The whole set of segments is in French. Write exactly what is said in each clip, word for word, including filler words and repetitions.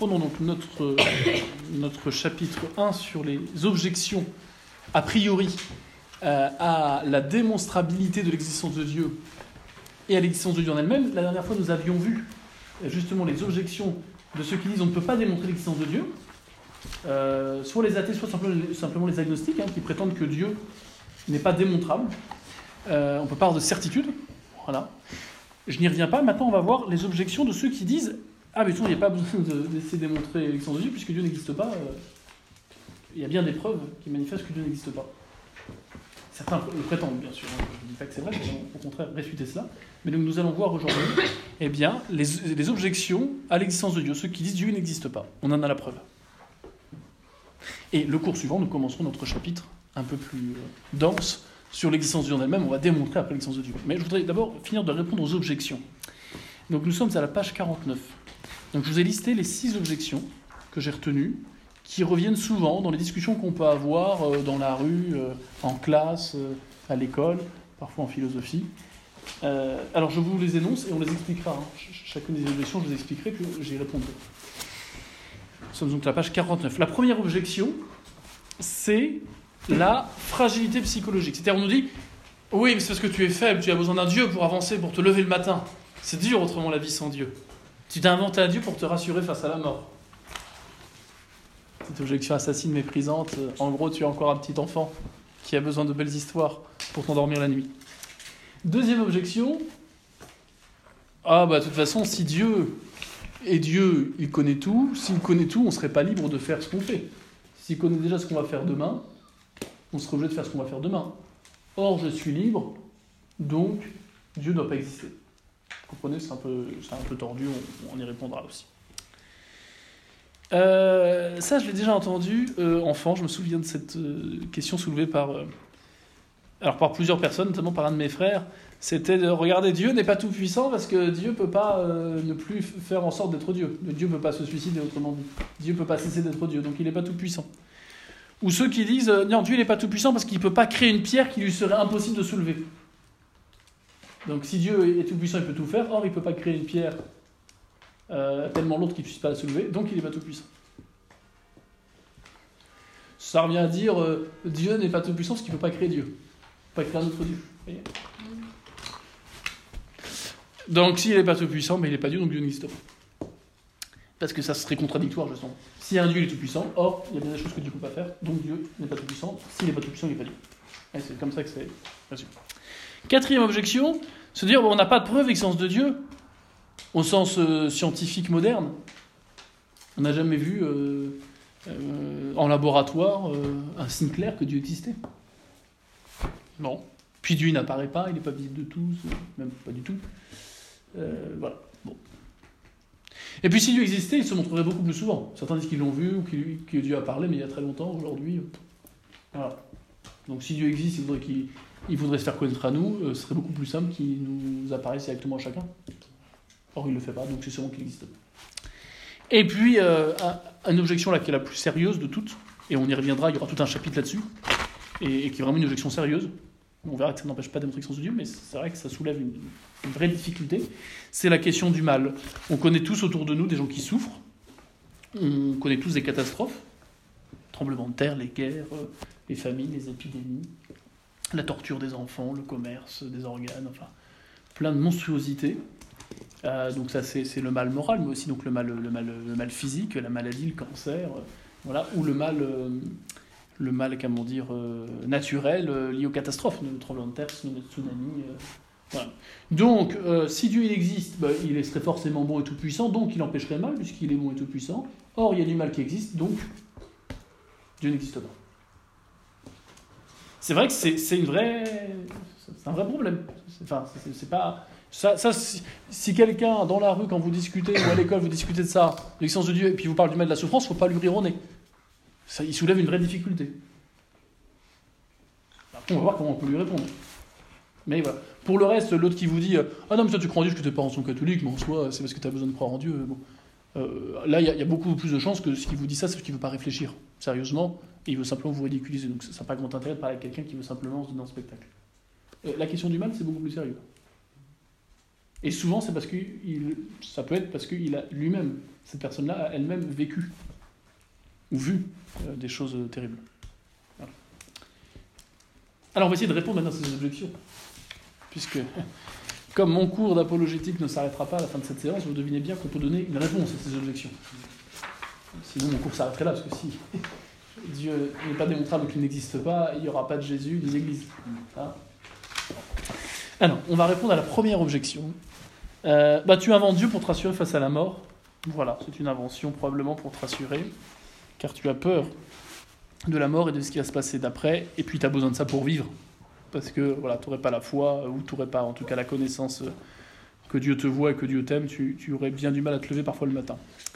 Prenons donc notre, notre chapitre un sur les objections a priori euh, à la démonstrabilité de l'existence de Dieu et à l'existence de Dieu en elle-même. La dernière fois, nous avions vu justement les objections de ceux qui disent on ne peut pas démontrer l'existence de Dieu, euh, soit les athées, soit simplement, simplement les agnostiques, hein, qui prétendent que Dieu n'est pas démontrable. Euh, on peut parler de certitude. Voilà. Je n'y reviens pas. Maintenant, on va voir les objections de ceux qui disent ah, mais il n'y a pas besoin de, d'essayer de démontrer l'existence de Dieu, puisque Dieu n'existe pas. Euh, il y a bien des preuves qui manifestent que Dieu n'existe pas. Certains le prétendent, bien sûr. Je ne dis pas que c'est vrai, nous allons au contraire réfuter cela. Mais donc, nous allons voir aujourd'hui eh bien, les, les objections à l'existence de Dieu, ceux qui disent Dieu n'existe pas. On en a la preuve. Et le cours suivant, nous commencerons notre chapitre un peu plus euh, dense sur l'existence de Dieu en elle-même. On va démontrer après l'existence de Dieu. Mais je voudrais d'abord finir de répondre aux objections. Donc, nous sommes à la page quarante-neuf. Donc, je vous ai listé les six objections que j'ai retenues, qui reviennent souvent dans les discussions qu'on peut avoir euh, dans la rue, euh, en classe, euh, à l'école, parfois en philosophie. Euh, alors, je vous les énonce et on les expliquera. Hein. Ch- chacune des objections, je vous expliquerai que j'y répondrai. Nous sommes donc à la page quarante-neuf. La première objection, c'est la fragilité psychologique. C'est-à-dire, on nous dit « Oui, mais c'est parce que tu es faible, tu as besoin d'un Dieu pour avancer, pour te lever le matin. C'est dur autrement la vie sans Dieu. Tu t'as inventé un Dieu pour te rassurer face à la mort. » Cette objection assassine, méprisante. En gros, tu es encore un petit enfant qui a besoin de belles histoires pour t'endormir la nuit. Deuxième objection. Ah, bah, de toute façon, si Dieu est Dieu, il connaît tout. S'il connaît tout, on ne serait pas libre de faire ce qu'on fait. S'il connaît déjà ce qu'on va faire demain, on serait obligé de faire ce qu'on va faire demain. Or, je suis libre, donc Dieu ne doit pas exister. Vous comprenez, c'est un peu, c'est un peu tordu, on, on y répondra aussi. Euh, ça, je l'ai déjà entendu euh, enfant. Je me souviens de cette euh, question soulevée par, euh, alors par plusieurs personnes, notamment par un de mes frères. C'était de regarder Dieu n'est pas tout puissant parce que Dieu ne peut pas euh, ne plus faire en sorte d'être Dieu. Dieu ne peut pas se suicider, autrement dit. Dieu ne peut pas cesser d'être Dieu, donc il n'est pas tout puissant. Ou ceux qui disent euh, non, Dieu n'est pas tout puissant parce qu'il ne peut pas créer une pierre qui lui serait impossible de soulever. Donc si Dieu est tout puissant, il peut tout faire. Or, il ne peut pas créer une pierre Euh, tellement lourde qu'il ne puisse pas la soulever, donc il n'est pas tout puissant. Ça revient à dire euh, Dieu n'est pas tout puissant parce qu'il ne peut pas créer Dieu. Il ne peut pas créer un autre Dieu. Vous voyez ? Donc s'il n'est pas tout puissant, mais il n'est pas Dieu, donc Dieu n'existe pas. Parce que ça serait contradictoire, je sens. Si un Dieu il est tout puissant, or il y a bien des choses que Dieu ne peut pas faire, donc Dieu n'est pas tout puissant. S'il n'est pas tout puissant, il n'est pas Dieu. Et c'est comme ça que c'est résumé. Quatrième objection, se dire bon, on n'a pas de preuve de l'existence de Dieu. Au sens euh, scientifique moderne, on n'a jamais vu euh, euh, en laboratoire euh, un signe clair que Dieu existait. Non. Puis Dieu n'apparaît pas, il n'est pas visible de tous, même pas du tout. Euh, voilà. Bon. Et puis si Dieu existait, il se montrerait beaucoup plus souvent. Certains disent qu'ils l'ont vu ou que Dieu a parlé, mais il y a très longtemps, aujourd'hui. Euh, voilà. Donc si Dieu existe, il faudrait, qu'il, il faudrait se faire connaître à nous, euh, ce serait beaucoup plus simple qu'il nous apparaisse directement à chacun. Or, il ne le fait pas, donc c'est sûrement qu'il n'existe pas. Et puis, euh, une objection là, qui est la plus sérieuse de toutes, et on y reviendra, il y aura tout un chapitre là-dessus, et, et qui est vraiment une objection sérieuse. On verra que ça n'empêche pas de démontrer l'existence de Dieu, mais c'est vrai que ça soulève une, une vraie difficulté. C'est la question du mal. On connaît tous autour de nous des gens qui souffrent, on connaît tous des catastrophes, tremblements de terre, les guerres, les famines, les épidémies, la torture des enfants, le commerce des organes, enfin, plein de monstruosités. Euh, donc ça c'est, c'est le mal moral, mais aussi donc le mal, le mal, le mal physique, la maladie, le cancer, euh, voilà, ou le mal, euh, le mal, comment dire, euh, naturel euh, lié aux catastrophes, le tremblement de terre, le tsunami. Euh, voilà. Donc euh, si Dieu il existe, bah, il serait forcément bon et tout puissant, donc il empêcherait le mal puisqu'il est bon et tout puissant. Or il y a du mal qui existe, donc Dieu n'existe pas. C'est vrai que c'est, c'est une vraie, c'est un vrai problème. C'est, enfin, c'est, c'est pas Ça, ça si, si quelqu'un dans la rue, quand vous discutez, ou à l'école, vous discutez de ça, de l'existence de Dieu, et puis vous parle du mal de la souffrance, il ne faut pas lui rire au nez. Ça, il soulève une vraie difficulté. Après, on va voir comment on peut lui répondre. Mais voilà. Pour le reste, l'autre qui vous dit « Ah non, mais toi tu crois en Dieu parce que tu n'es pas en son catholique, mais en soi, c'est parce que tu as besoin de croire en Dieu. » Bon. Euh, là, il y, y a beaucoup plus de chances que ce qui vous dit ça, c'est parce qu'il ne veut pas réfléchir sérieusement, et il veut simplement vous ridiculiser. Donc ça n'a pas grand intérêt de parler avec quelqu'un qui veut simplement se donner un spectacle. Euh, la question du mal, c'est beaucoup plus sérieux. Et souvent, c'est parce que il, ça peut être parce qu'il a lui-même, cette personne-là, a elle-même vécu ou vu euh, des choses euh, terribles. Voilà. Alors, on va essayer de répondre maintenant à ces objections. Puisque, comme mon cours d'apologétique ne s'arrêtera pas à la fin de cette séance, vous devinez bien qu'on peut donner une réponse à ces objections. Sinon, mon cours s'arrêterait là, parce que si Dieu n'est pas démontrable qu'il n'existe pas, il n'y aura pas de Jésus, des églises. Hein? Alors, on va répondre à la première objection. Euh, bah, tu inventes Dieu pour te rassurer face à la mort. Voilà, c'est une invention probablement pour te rassurer, car tu as peur de la mort et de ce qui va se passer d'après, et puis tu as besoin de ça pour vivre, parce que voilà, tu n'aurais pas la foi, ou tu n'aurais pas en tout cas la connaissance que Dieu te voit et que Dieu t'aime, tu, tu aurais bien du mal à te lever parfois le matin.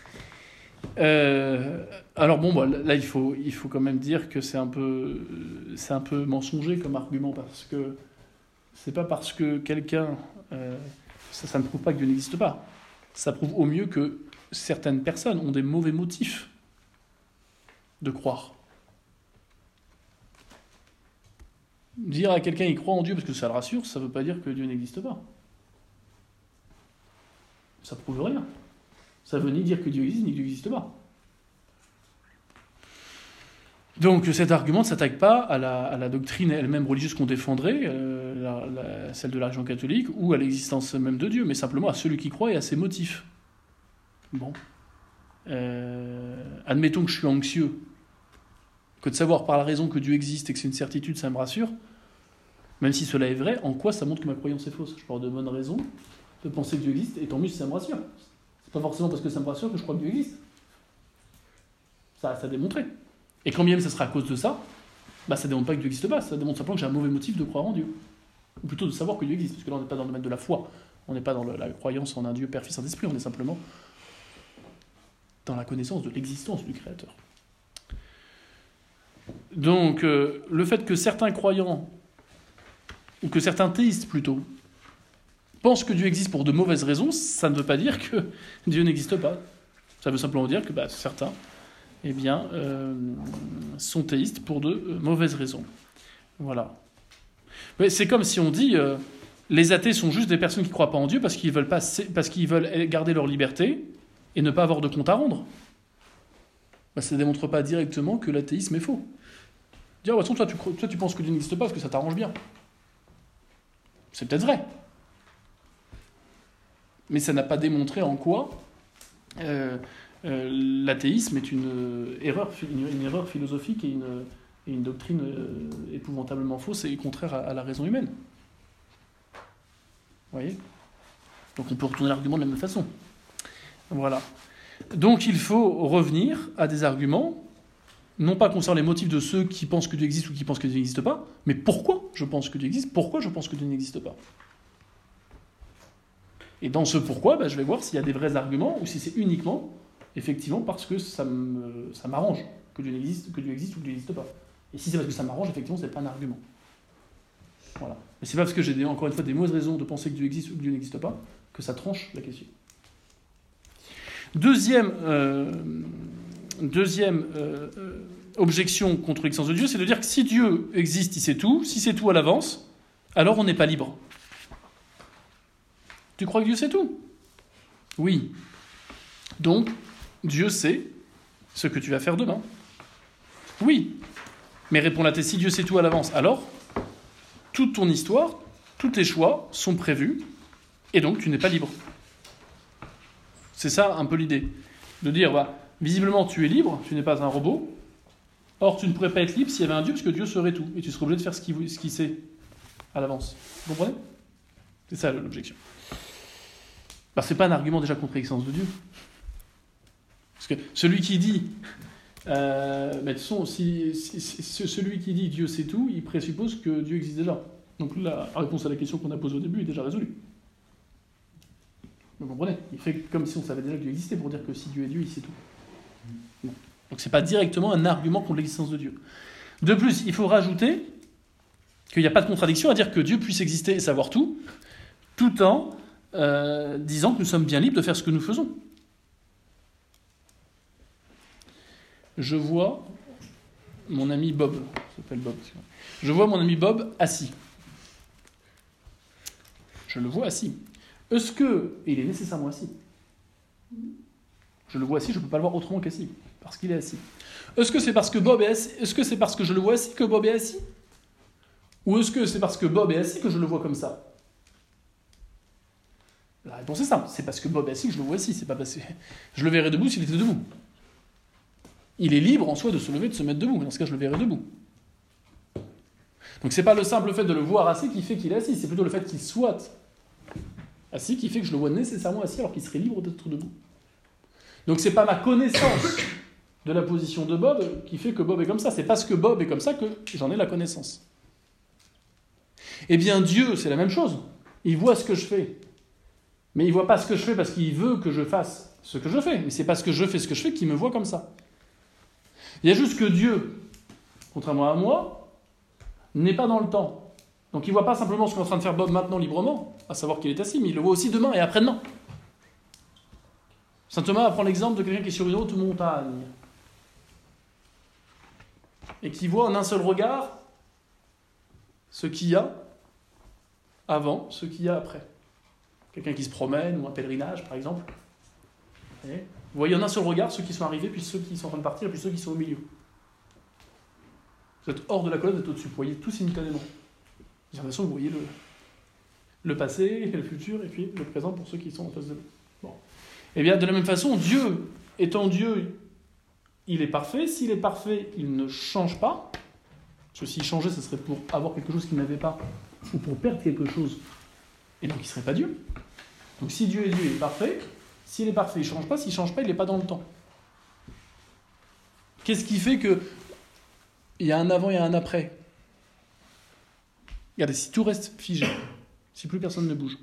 Euh, alors bon, bah, là il faut, il faut quand même dire que c'est un peu, c'est un peu mensonger comme argument, parce que c'est pas parce que quelqu'un... Euh, ça, ça ne prouve pas que Dieu n'existe pas. Ça prouve au mieux que certaines personnes ont des mauvais motifs de croire. Dire à quelqu'un il croit en Dieu parce que ça le rassure, ça ne veut pas dire que Dieu n'existe pas. Ça prouve rien. Ça veut ni dire que Dieu existe, ni que Dieu n'existe pas. Donc cet argument ne s'attaque pas à la, à la doctrine elle-même religieuse qu'on défendrait, euh, la, la, celle de la religion catholique, ou à l'existence même de Dieu, mais simplement à celui qui croit et à ses motifs. Bon. Euh, admettons que je suis anxieux, que de savoir par la raison que Dieu existe et que c'est une certitude, ça me rassure. Même si cela est vrai, en quoi ça montre que ma croyance est fausse ? Je peux avoir de bonnes raisons de penser que Dieu existe, et tant mieux si ça me rassure. C'est pas forcément parce que ça me rassure que je crois que Dieu existe. Ça reste à démontrer. Et quand bien même ça sera à cause de ça, bah ça ne démontre pas que Dieu n'existe pas, ça démontre simplement que j'ai un mauvais motif de croire en Dieu. Ou plutôt de savoir que Dieu existe, parce que là on n'est pas dans le domaine de la foi, on n'est pas dans le, la croyance en un Dieu Père, Fils, Saint-Esprit, on est simplement dans la connaissance de l'existence du Créateur. Donc euh, le fait que certains croyants, ou que certains théistes plutôt, pensent que Dieu existe pour de mauvaises raisons, ça ne veut pas dire que Dieu n'existe pas. Ça veut simplement dire que bah, certains... eh bien, euh, sont théistes pour de euh, mauvaises raisons. Voilà. Mais c'est comme si on dit euh, les athées sont juste des personnes qui ne croient pas en Dieu parce qu'ils veulent pas, parce qu'ils veulent garder leur liberté et ne pas avoir de compte à rendre. Ben, ça ne démontre pas directement que l'athéisme est faux. Dire, oh, toi, tu, toi, tu penses que Dieu n'existe pas parce que ça t'arrange bien. C'est peut-être vrai. Mais ça n'a pas démontré en quoi... Euh, Euh, l'athéisme est une, euh, erreur, une, une erreur philosophique et une, et une doctrine euh, épouvantablement fausse et contraire à, à la raison humaine. Vous voyez ? Donc on peut retourner l'argument de la même façon. Voilà. Donc il faut revenir à des arguments, non pas concernant les motifs de ceux qui pensent que Dieu existe ou qui pensent que Dieu n'existe pas, mais pourquoi je pense que Dieu existe, pourquoi je pense que Dieu n'existe pas. Et dans ce pourquoi, bah, je vais voir s'il y a des vrais arguments ou si c'est uniquement... effectivement, parce que ça, me, ça m'arrange que Dieu existe, que Dieu existe ou que Dieu n'existe pas. Et si c'est parce que ça m'arrange, effectivement, c'est pas un argument. Voilà. Mais c'est pas parce que j'ai des, encore une fois des mauvaises raisons de penser que Dieu existe ou que Dieu n'existe pas que ça tranche la question. Deuxième, euh, deuxième euh, euh, objection contre l'existence de Dieu, c'est de dire que si Dieu existe, il sait tout. Si c'est tout à l'avance, alors on n'est pas libre. Tu crois que Dieu sait tout ? Oui. Donc, Dieu sait ce que tu vas faire demain. Oui. Mais répond la thèse, si Dieu sait tout à l'avance, alors, toute ton histoire, tous tes choix sont prévus, et donc tu n'es pas libre. C'est ça un peu l'idée. De dire, bah, visiblement tu es libre, tu n'es pas un robot, or tu ne pourrais pas être libre s'il y avait un Dieu, parce que Dieu saurait tout, et tu serais obligé de faire ce qu'il, ce qu'il sait à l'avance. Vous comprenez ? C'est ça l'objection. Bah, c'est pas un argument déjà contre l'existence de Dieu. Parce que celui qui dit, euh, bah, de toute façon, si, si, si, celui qui dit Dieu sait tout, il présuppose que Dieu existe déjà. Donc la réponse à la question qu'on a posée au début est déjà résolue. Vous comprenez ? Il fait comme si on savait déjà que Dieu existait pour dire que si Dieu est Dieu, il sait tout. Bon. Donc c'est pas directement un argument contre l'existence de Dieu. De plus, il faut rajouter qu'il n'y a pas de contradiction à dire que Dieu puisse exister et savoir tout, tout en euh, disant que nous sommes bien libres de faire ce que nous faisons. Je vois mon ami Bob, il s'appelle Bob. Je vois mon ami Bob assis. Je le vois assis. Est-ce que, et il est nécessairement assis, je le vois assis, je ne peux pas le voir autrement qu'assis, parce qu'il est assis. Est-ce que c'est parce que Bob est assis, est-ce que c'est parce que je le vois assis que Bob est assis? Ou est-ce que c'est parce que Bob est assis que je le vois comme ça? La réponse est simple, c'est parce que Bob est assis que je le vois assis, c'est pas parce que je le verrais debout s'il était debout. Il est libre en soi de se lever, de se mettre debout, dans ce cas je le verrais debout. Donc c'est pas le simple fait de le voir assis qui fait qu'il est assis, c'est plutôt le fait qu'il soit assis qui fait que je le vois nécessairement assis alors qu'il serait libre d'être debout. Donc c'est pas ma connaissance de la position de Bob qui fait que Bob est comme ça, c'est parce que Bob est comme ça que j'en ai la connaissance. Eh bien Dieu, c'est la même chose. Il voit ce que je fais. Mais il ne voit pas ce que je fais parce qu'il veut que je fasse ce que je fais. Mais c'est parce que je fais ce que je fais qu'il me voit comme ça. Il y a juste que Dieu, contrairement à moi, n'est pas dans le temps. Donc il ne voit pas simplement ce qu'est en train de faire Bob maintenant librement, à savoir qu'il est assis, mais il le voit aussi demain et après-demain. Saint Thomas prend l'exemple de quelqu'un qui est sur une haute montagne et qui voit en un seul regard ce qu'il y a avant, ce qu'il y a après. Quelqu'un qui se promène, ou un pèlerinage, par exemple. Vous voyez en un seul regard ceux qui sont arrivés, puis ceux qui sont en train de partir, puis ceux qui sont au milieu. Vous êtes hors de la colonne, vous êtes au-dessus. Vous voyez tout simultanément. J'ai l'impression que vous voyez le, le passé, le futur, et puis le présent pour ceux qui sont en face de vous. Bon. Et bien, de la même façon, Dieu, étant Dieu, il est parfait. S'il est parfait, il ne change pas. Parce que s'il changeait, ce serait pour avoir quelque chose qu'il n'avait pas, ou pour perdre quelque chose. Et donc, il ne serait pas Dieu. Donc, si Dieu est Dieu, il est parfait. S'il est parfait, il ne change pas. S'il ne change pas, il n'est pas dans le temps. Qu'est-ce qui fait qu'il y a un avant et un après? Regardez, si tout reste figé, si plus personne ne bouge,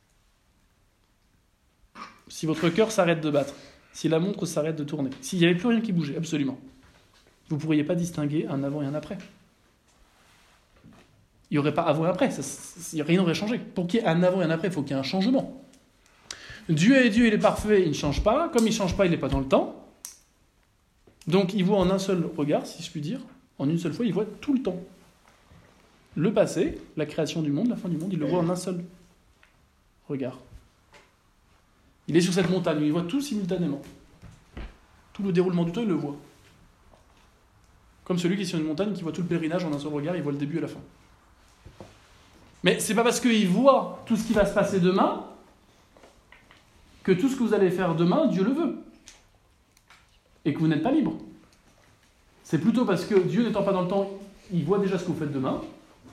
si votre cœur s'arrête de battre, si la montre s'arrête de tourner, s'il n'y avait plus rien qui bougeait, absolument, vous ne pourriez pas distinguer un avant et un après. Il n'y aurait pas avant et après, ça, ça, rien n'aurait changé. Pour qu'il y ait un avant et un après, il faut qu'il y ait un changement. Dieu est Dieu, il est parfait, il ne change pas. Comme il ne change pas, il n'est pas dans le temps. Donc il voit en un seul regard, si je puis dire, en une seule fois, il voit tout le temps. Le passé, la création du monde, la fin du monde, il le voit en un seul regard. Il est sur cette montagne, il voit tout simultanément. Tout le déroulement du temps, il le voit. Comme celui qui est sur une montagne, qui voit tout le pèlerinage en un seul regard, il voit le début et la fin. Mais c'est pas parce qu'il voit tout ce qui va se passer demain que tout ce que vous allez faire demain, Dieu le veut. Et que vous n'êtes pas libre. C'est plutôt parce que Dieu n'étant pas dans le temps, il voit déjà ce que vous faites demain.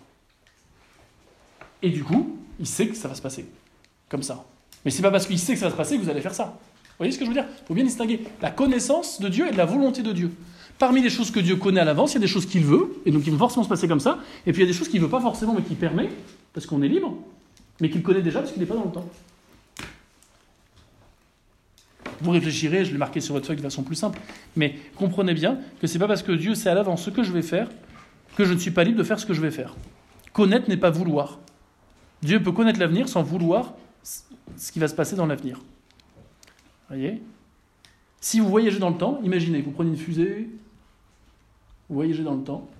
Et du coup, il sait que ça va se passer. Comme ça. Mais c'est pas parce qu'il sait que ça va se passer que vous allez faire ça. Vous voyez ce que je veux dire? Il faut bien distinguer la connaissance de Dieu et de la volonté de Dieu. Parmi les choses que Dieu connaît à l'avance, il y a des choses qu'il veut, et donc ils vont forcément se passer comme ça. Et puis il y a des choses qu'il ne veut pas forcément, mais qu'il permet, parce qu'on est libre, mais qu'il connaît déjà parce qu'il n'est pas dans le temps. Vous réfléchirez, je l'ai marqué sur votre feuille de façon plus simple, mais comprenez bien que c'est pas parce que Dieu sait à l'avance ce que je vais faire que je ne suis pas libre de faire ce que je vais faire. Connaître n'est pas vouloir. Dieu peut connaître l'avenir sans vouloir ce qui va se passer dans l'avenir. Vous voyez ? Si vous voyagez dans le temps, imaginez, vous prenez une fusée, vous voyagez dans le temps,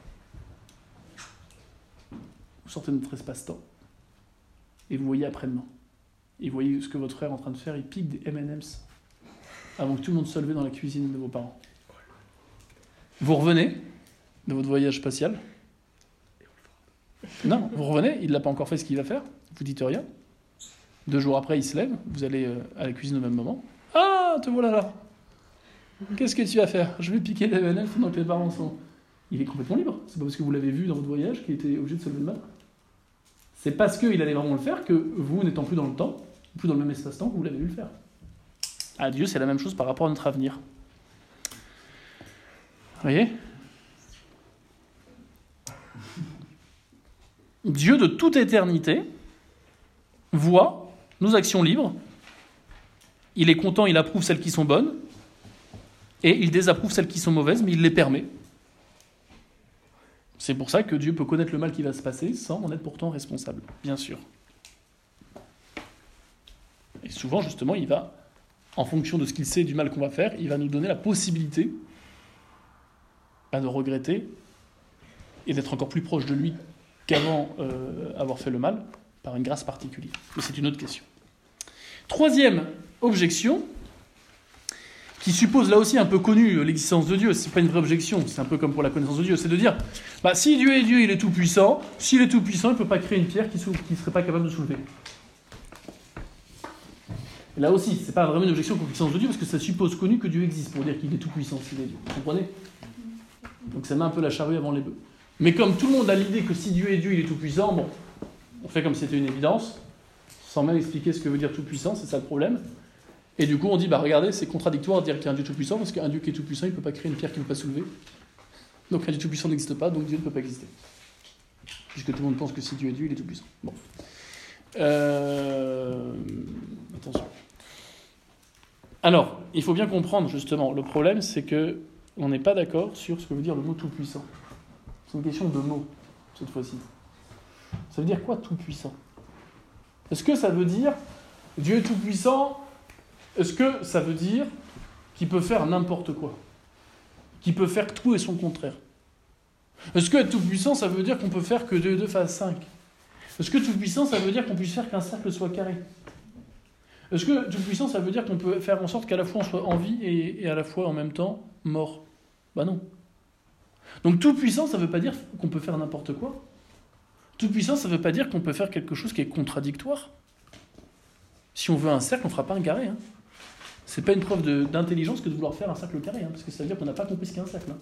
vous sortez de notre espace-temps, et vous voyez après-demain. Et vous voyez ce que votre frère est en train de faire, il pique des M and M's avant que tout le monde se lève dans la cuisine de vos parents. Vous revenez de votre voyage spatial. Non, vous revenez, il ne l'a pas encore fait ce qu'il va faire, vous dites rien. Deux jours après, il se lève, vous allez à la cuisine au même moment. Ah, te voilà là. Qu'est-ce que tu vas faire? Je vais piquer les M and M's pendant que les parents sont... Il est complètement libre. C'est pas parce que vous l'avez vu dans votre voyage qu'il était obligé de se lever le matin. C'est parce qu'il allait vraiment le faire que vous, n'étant plus dans le temps, plus dans le même espace-temps, que vous l'avez vu le faire. À Dieu, c'est la même chose par rapport à notre avenir. Vous voyez? Dieu de toute éternité voit nos actions libres. Il est content, il approuve celles qui sont bonnes, et il désapprouve celles qui sont mauvaises, mais il les permet. C'est pour ça que Dieu peut connaître le mal qui va se passer sans en être pourtant responsable, bien sûr. Et souvent, justement, il va, en fonction de ce qu'il sait du mal qu'on va faire, il va nous donner la possibilité bah, de regretter et d'être encore plus proche de lui qu'avant euh, avoir fait le mal, par une grâce particulière. Mais c'est une autre question. Troisième objection, qui suppose là aussi un peu connu l'existence de Dieu, c'est pas une vraie objection, c'est un peu comme pour la connaissance de Dieu, c'est de dire, bah, si Dieu est Dieu, il est tout puissant, s'il est tout puissant, il ne peut pas créer une pierre qui ne serait pas capable de soulever. Et là aussi, c'est pas vraiment une objection contre l'existence de Dieu, parce que ça suppose connu que Dieu existe, pour dire qu'il est tout puissant, s'il est Dieu. Vous comprenez? Donc ça met un peu la charrue avant les bœufs. Mais comme tout le monde a l'idée que si Dieu est Dieu, il est tout puissant, bon, on fait comme si c'était une évidence, sans même expliquer ce que veut dire tout puissant, c'est ça le problème. Et du coup, on dit, bah regardez, c'est contradictoire de dire qu'il y a un Dieu tout-puissant, parce qu'un Dieu qui est tout-puissant, il ne peut pas créer une pierre qu'il ne peut pas soulever. Donc un Dieu tout-puissant n'existe pas, donc Dieu ne peut pas exister. Puisque tout le monde pense que si Dieu est Dieu, il est tout-puissant. Bon. Euh... Attention. Alors, il faut bien comprendre, justement, le problème, c'est que on n'est pas d'accord sur ce que veut dire le mot tout-puissant. C'est une question de mots, cette fois-ci. Ça veut dire quoi, tout-puissant? Est-ce que ça veut dire Dieu est tout-puissant? Est-ce que ça veut dire qu'il peut faire n'importe quoi? Qu'il peut faire tout et son contraire? Est-ce que être tout-puissant, ça veut dire qu'on peut faire que deux et deux fassent cinq? Est-ce que tout-puissant, ça veut dire qu'on puisse faire qu'un cercle soit carré? Est-ce que tout-puissant, ça veut dire qu'on peut faire en sorte qu'à la fois on soit en vie et, et à la fois en même temps mort? Bah non. Donc tout-puissant, ça ne veut pas dire qu'on peut faire n'importe quoi. Tout-puissant, ça ne veut pas dire qu'on peut faire quelque chose qui est contradictoire. Si on veut un cercle, on ne fera pas un carré. Hein. C'est pas une preuve de, d'intelligence que de vouloir faire un cercle carré, hein, parce que ça veut dire qu'on n'a pas compris ce qu'est un cercle.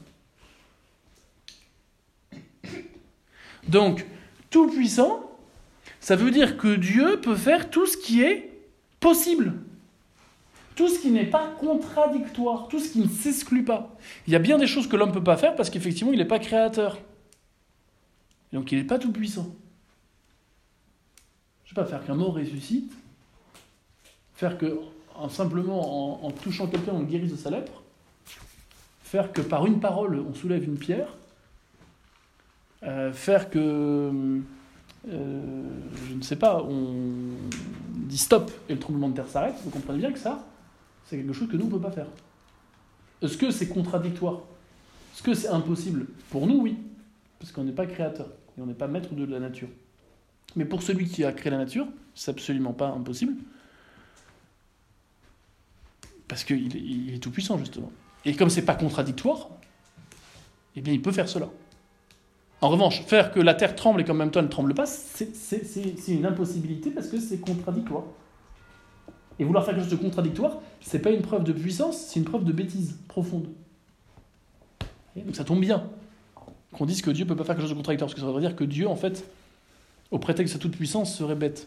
Hein. Donc, tout puissant, ça veut dire que Dieu peut faire tout ce qui est possible. Tout ce qui n'est pas contradictoire, tout ce qui ne s'exclut pas. Il y a bien des choses que l'homme ne peut pas faire parce qu'effectivement, il n'est pas créateur. Donc, il n'est pas tout puissant. Je ne sais pas, faire qu'un mort ressuscite, faire que, en, simplement en, en touchant quelqu'un, on guérisse de sa lèpre, faire que par une parole, on soulève une pierre, euh, faire que, euh, je ne sais pas, on dit stop et le tremblement de terre s'arrête, vous comprenez bien que ça, c'est quelque chose que nous, on ne peut pas faire. Est-ce que c'est contradictoire? Est-ce que c'est impossible? Pour nous, oui, parce qu'on n'est pas créateur, et on n'est pas maître de la nature. Mais pour celui qui a créé la nature, c'est absolument pas impossible, parce qu'il est, il est tout puissant, justement. Et comme c'est pas contradictoire, eh bien, il peut faire cela. En revanche, faire que la terre tremble et qu'en même temps elle ne tremble pas, c'est, c'est, c'est, c'est une impossibilité parce que c'est contradictoire. Et vouloir faire quelque chose de contradictoire, c'est pas une preuve de puissance, c'est une preuve de bêtise profonde. Et donc ça tombe bien qu'on dise que Dieu ne peut pas faire quelque chose de contradictoire, parce que ça voudrait dire que Dieu, en fait, au prétexte de sa toute puissance, serait bête.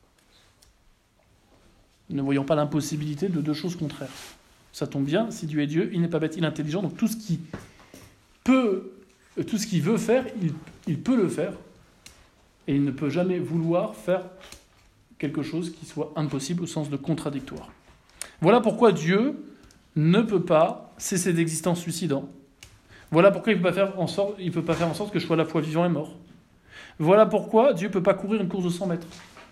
Ne voyons pas l'impossibilité de deux choses contraires. Ça tombe bien, si Dieu est Dieu, il n'est pas bête, il est intelligent, donc tout ce qui peut, tout ce qu'il veut faire, il, il peut le faire, et il ne peut jamais vouloir faire quelque chose qui soit impossible au sens de contradictoire. Voilà pourquoi Dieu ne peut pas cesser d'exister en se suicidant. Voilà pourquoi il ne peut pas faire en sorte, il peut pas faire en sorte que je sois à la fois vivant et mort. Voilà pourquoi Dieu ne peut pas courir une course de cent mètres.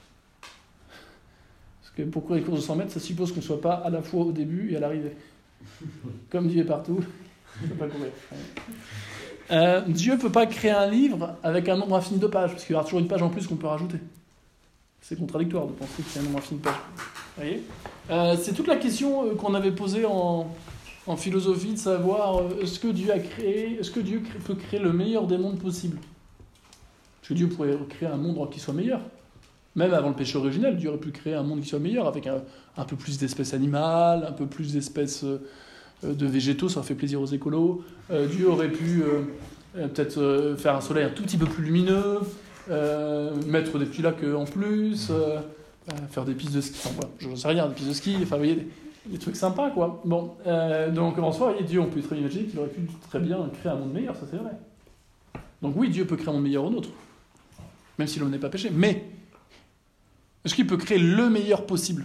Parce que pour courir une course de cent mètres, ça suppose qu'on ne soit pas à la fois au début et à l'arrivée. Comme Dieu est partout, il ne peut pas courir. Euh, Dieu ne peut pas créer un livre avec un nombre infini de pages, parce qu'il y aura toujours une page en plus qu'on peut rajouter. C'est contradictoire de penser que c'est un nombre infini de pages. Vous voyez euh, c'est toute la question qu'on avait posée en, en philosophie, de savoir euh, est-ce que Dieu a créé, est-ce que Dieu crée, peut créer le meilleur des mondes possibles? Est-ce que Dieu pourrait créer un monde qui soit meilleur? Même avant le péché originel, Dieu aurait pu créer un monde qui soit meilleur, avec un, un peu plus d'espèces animales, un peu plus d'espèces euh, de végétaux, ça fait plaisir aux écolos. Euh, Dieu aurait pu euh, euh, peut-être euh, faire un soleil un tout petit peu plus lumineux, euh, mettre des petits lacs en plus, euh, euh, faire des pistes de ski, enfin voilà, je ne sais rien, des pistes de ski, enfin vous voyez, des, des trucs sympas quoi. Bon, euh, donc en soi, Dieu, on peut très imaginer qu'il aurait pu très bien créer un monde meilleur, ça c'est vrai. Donc oui, Dieu peut créer un monde meilleur au nôtre, même si l'homme n'est pas péché, mais est-ce qu'il peut créer le meilleur possible?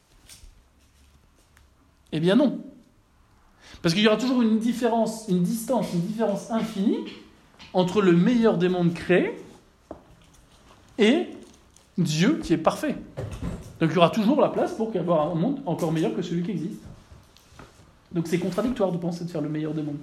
Eh bien non. Parce qu'il y aura toujours une différence, une distance, une différence infinie entre le meilleur des mondes créés et Dieu qui est parfait. Donc il y aura toujours la place pour avoir un monde encore meilleur que celui qui existe. Donc c'est contradictoire de penser de faire le meilleur des mondes.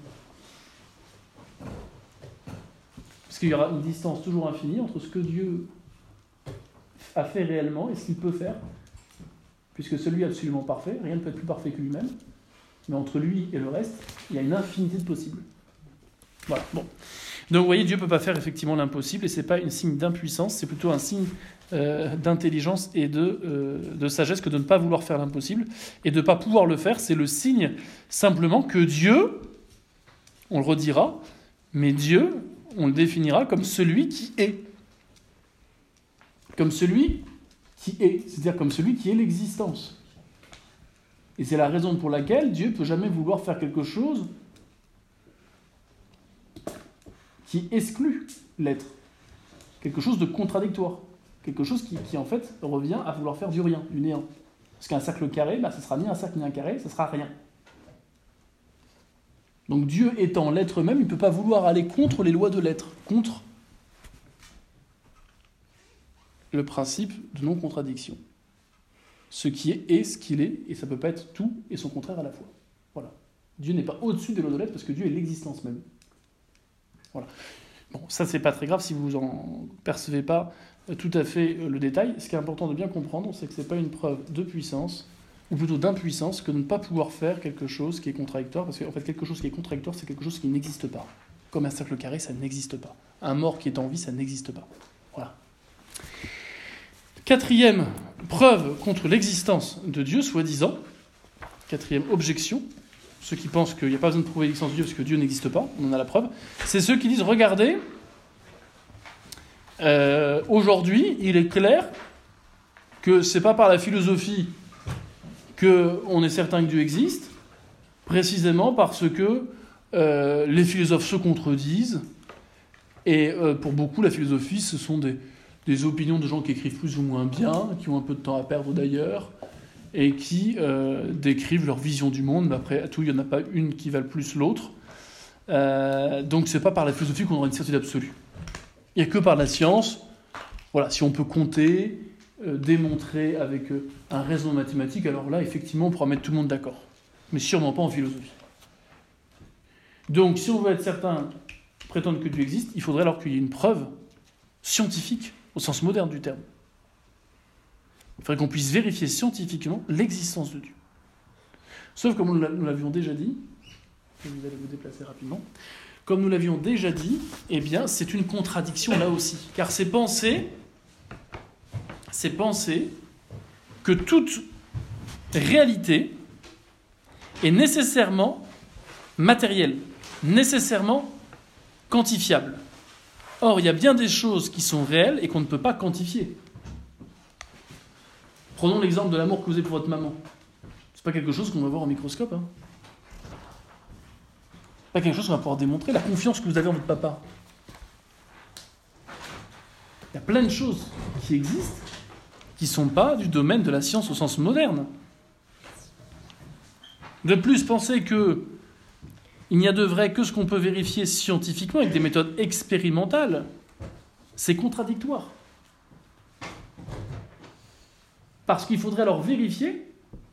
Parce qu'il y aura une distance toujours infinie entre ce que Dieu a fait réellement et ce qu'il peut faire puisque celui absolument parfait, rien ne peut être plus parfait que lui-même, mais entre lui et le reste, il y a une infinité de possibles. Voilà, bon. Donc vous voyez, Dieu ne peut pas faire effectivement l'impossible, et ce n'est pas un signe d'impuissance, c'est plutôt un signe euh, d'intelligence et de, euh, de sagesse que de ne pas vouloir faire l'impossible, et de ne pas pouvoir le faire, c'est le signe simplement que Dieu, on le redira, mais Dieu, on le définira comme celui qui est. Comme celui qui est, c'est-à-dire comme celui qui est l'existence. Et c'est la raison pour laquelle Dieu ne peut jamais vouloir faire quelque chose qui exclut l'être, quelque chose de contradictoire, quelque chose qui, qui en fait revient à vouloir faire du rien, du néant. Parce qu'un cercle carré, bah, ce ne sera ni un cercle ni un carré, ce sera rien. Donc Dieu étant l'être même, il ne peut pas vouloir aller contre les lois de l'être, contre le principe de non-contradiction. Ce qui est est ce qu'il est, et ça ne peut pas être tout et son contraire à la fois. Voilà. Dieu n'est pas au-dessus des lois de l'être parce que Dieu est l'existence même. Voilà. Bon, ça, c'est pas très grave si vous en percevez pas tout à fait le détail. Ce qui est important de bien comprendre, c'est que c'est pas une preuve de puissance, ou plutôt d'impuissance, que de ne pas pouvoir faire quelque chose qui est contradictoire, parce qu'en fait, quelque chose qui est contradictoire, c'est quelque chose qui n'existe pas. Comme un cercle carré, ça n'existe pas. Un mort qui est en vie, ça n'existe pas. Voilà. Quatrième preuve contre l'existence de Dieu, soi-disant, quatrième objection, ceux qui pensent qu'il n'y a pas besoin de prouver l'existence de Dieu parce que Dieu n'existe pas, on en a la preuve, c'est ceux qui disent, regardez, euh, aujourd'hui, il est clair que c'est pas par la philosophie qu'on est certain que Dieu existe, précisément parce que euh, les philosophes se contredisent, et euh, pour beaucoup, la philosophie, ce sont des, des opinions de gens qui écrivent plus ou moins bien, qui ont un peu de temps à perdre d'ailleurs, et qui euh, décrivent leur vision du monde, mais après tout, il n'y en a pas une qui vale plus l'autre. Euh, donc c'est pas par la philosophie qu'on aura une certitude absolue. Il n'y a que par la science, voilà, si on peut compter, euh, démontrer avec euh, un raisonnement mathématique, alors là, effectivement, on pourra mettre tout le monde d'accord. Mais sûrement pas en philosophie. Donc si on veut être certain, prétendre que Dieu existe, il faudrait alors qu'il y ait une preuve scientifique, au sens moderne du terme. Il faudrait qu'on puisse vérifier scientifiquement l'existence de Dieu. Sauf comme nous l'avions déjà dit, et vous allez vous déplacer rapidement, comme nous l'avions déjà dit, eh bien, c'est une contradiction là aussi. Car c'est penser, c'est penser que toute réalité est nécessairement matérielle, nécessairement quantifiable. Or, il y a bien des choses qui sont réelles et qu'on ne peut pas quantifier. Prenons l'exemple de l'amour que vous avez pour votre maman. C'est pas quelque chose qu'on va voir au microscope. Hein. Pas quelque chose qu'on va pouvoir démontrer. La confiance que vous avez en votre papa. Il y a plein de choses qui existent qui ne sont pas du domaine de la science au sens moderne. De plus, pensez que il n'y a de vrai que ce qu'on peut vérifier scientifiquement avec des méthodes expérimentales. C'est contradictoire. Parce qu'il faudrait alors vérifier,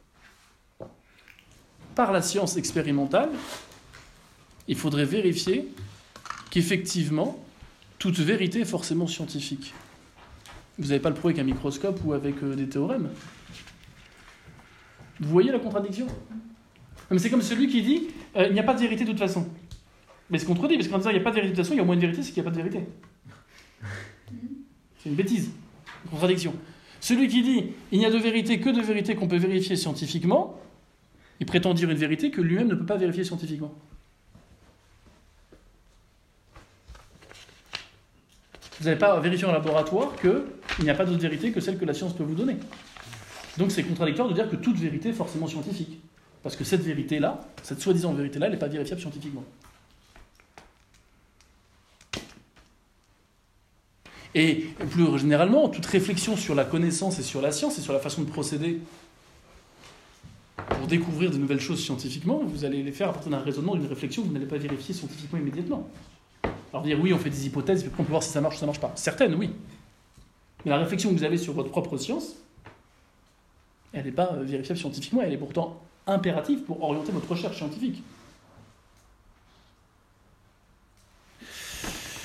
par la science expérimentale, il faudrait vérifier qu'effectivement, toute vérité est forcément scientifique. Vous n'avez pas le prouver avec un microscope ou avec euh, des théorèmes. Vous voyez la contradiction ? Mais c'est comme celui qui dit euh, il n'y a pas de vérité de toute façon. Mais c'est contredit, parce qu'en disant il n'y a pas de vérité de toute façon, il y a au moins une vérité, c'est qu'il n'y a pas de vérité. C'est une bêtise, une contradiction. Celui qui dit il n'y a de vérité que de vérité qu'on peut vérifier scientifiquement, il prétend dire une vérité que lui-même ne peut pas vérifier scientifiquement. Vous n'avez pas vérifié en laboratoire qu'il n'y a pas d'autre vérité que celle que la science peut vous donner. Donc c'est contradictoire de dire que toute vérité est forcément scientifique. Parce que cette vérité-là, cette soi-disant vérité-là, elle n'est pas vérifiable scientifiquement. Et plus généralement, toute réflexion sur la connaissance et sur la science et sur la façon de procéder pour découvrir de nouvelles choses scientifiquement, vous allez les faire à partir d'un raisonnement, d'une réflexion que vous n'allez pas vérifier scientifiquement immédiatement. Alors dire oui, on fait des hypothèses, et puis on peut voir si ça marche ou ça ne marche pas. Certaines, oui. Mais la réflexion que vous avez sur votre propre science, elle n'est pas vérifiable scientifiquement, elle est pourtant impérative pour orienter votre recherche scientifique.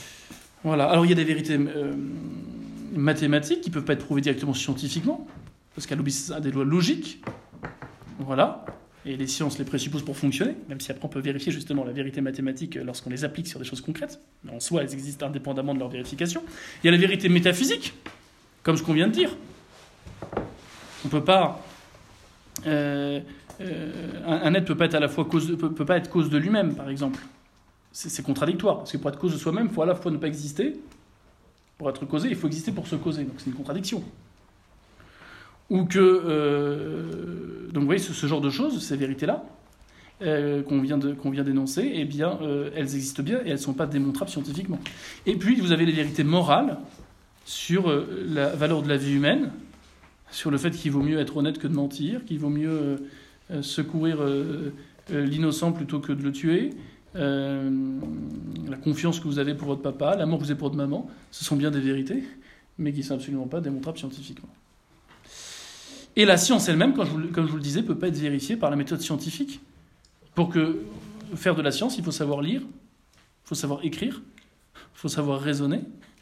Voilà. Alors il y a des vérités euh, mathématiques qui ne peuvent pas être prouvées directement scientifiquement. parce qu'elles obéissent à des lois logiques. Voilà. Et les sciences les présupposent pour fonctionner, même si après on peut vérifier justement la vérité mathématique lorsqu'on les applique sur des choses concrètes. Mais en soi, elles existent indépendamment de leur vérification. Il y a la vérité métaphysique, comme ce qu'on vient de dire. On peut pas... Euh, euh, un, un être peut pas être à la fois cause de, peut, peut pas être cause de lui-même, par exemple. C'est, c'est contradictoire, parce que pour être cause de soi-même, il faut à la fois ne pas exister. Pour être causé, il faut exister pour se causer. Donc c'est une contradiction. Ou que... Euh, donc vous voyez, ce, ce genre de choses, ces vérités-là, euh, qu'on vient, de, qu'on vient d'énoncer, eh bien, euh, elles existent bien et elles ne sont pas démontrables scientifiquement. Et puis, vous avez les vérités morales sur euh, la valeur de la vie humaine, sur le fait qu'il vaut mieux être honnête que de mentir, qu'il vaut mieux euh, secourir euh, euh, l'innocent plutôt que de le tuer, euh, la confiance que vous avez pour votre papa, l'amour que vous avez pour votre maman, ce sont bien des vérités, mais qui ne sont absolument pas démontrables scientifiquement. Et la science elle-même, comme je vous, comme je vous le disais, ne peut pas être vérifiée par la méthode scientifique. Pour que, faire de la science, il faut savoir lire, il faut savoir écrire, il faut savoir raisonner,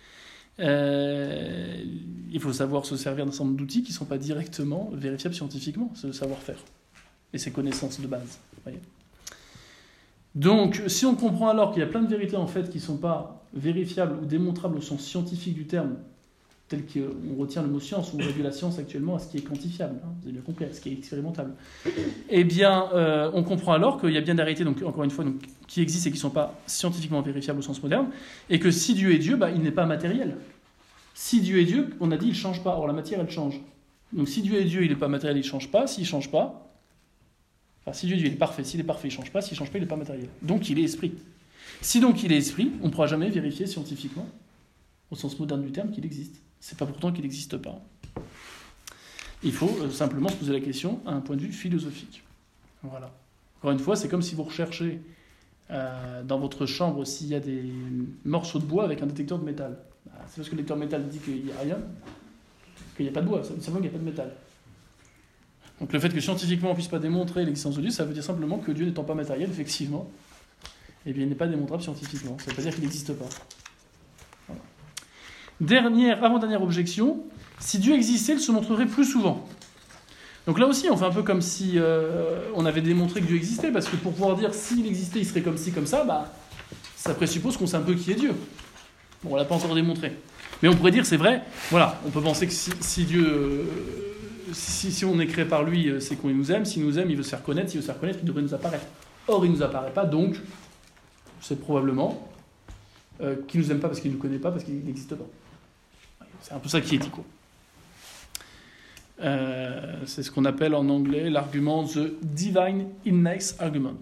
euh, il faut savoir se servir d'un certain nombre d'outils qui ne sont pas directement vérifiables scientifiquement, c'est le savoir-faire et ses connaissances de base. Voyez. Donc, si on comprend alors qu'il y a plein de vérités en fait qui ne sont pas vérifiables ou démontrables au sens scientifique du terme, tel qu'on retient le mot science, on réduit la science actuellement à ce qui est quantifiable, hein, vous avez bien compris, à ce qui est expérimentable. Eh bien, euh, on comprend alors qu'il y a bien des réalités, donc, encore une fois, donc, qui existent et qui ne sont pas scientifiquement vérifiables au sens moderne, et que si Dieu est Dieu, bah, il n'est pas matériel. Si Dieu est Dieu, on a dit, il ne change pas. Or, la matière, elle change. Donc, si Dieu est Dieu, il n'est pas matériel, il ne change pas. S'il ne change pas, enfin, si Dieu est Dieu, il est parfait. S'il est parfait, il ne change pas. S'il ne change pas, il n'est pas matériel. Donc, il est esprit. Si donc il est esprit, on ne pourra jamais vérifier scientifiquement, au sens moderne du terme, qu'il existe. C'est pas pourtant qu'il n'existe pas. Il faut euh, simplement se poser la question à un point de vue philosophique. Voilà. Encore une fois, c'est comme si vous recherchez euh, dans votre chambre s'il y a des morceaux de bois avec un détecteur de métal. Bah, c'est parce que le détecteur de métal dit qu'il n'y a rien, qu'il n'y a pas de bois, c'est simplement qu'il n'y a pas de métal. Donc le fait que scientifiquement on ne puisse pas démontrer l'existence de Dieu, ça veut dire simplement que Dieu n'étant pas matériel, effectivement, eh bien, il n'est pas démontrable scientifiquement. Ça ne veut pas dire qu'il n'existe pas. Voilà. Dernière, avant-dernière objection, si Dieu existait, il se montrerait plus souvent. Donc là aussi, on fait un peu comme si euh, on avait démontré que Dieu existait, parce que pour pouvoir dire s'il existait, il serait comme ci, comme ça, bah, ça présuppose qu'on sait un peu qui est Dieu. Bon, on ne l'a pas encore démontré. Mais on pourrait dire, c'est vrai, voilà, on peut penser que si, si Dieu, euh, si, si on est créé par lui, c'est qu'on nous aime, s'il nous aime, il veut se faire connaître, s'il veut se faire connaître, il devrait nous apparaître. Or, il ne nous apparaît pas, donc, c'est probablement euh, qu'il ne nous aime pas parce qu'il ne nous connaît pas, parce qu'il n'existe pas. C'est un peu ça qui est éthico. Euh, c'est ce qu'on appelle en anglais l'argument The Divine Innate Argument.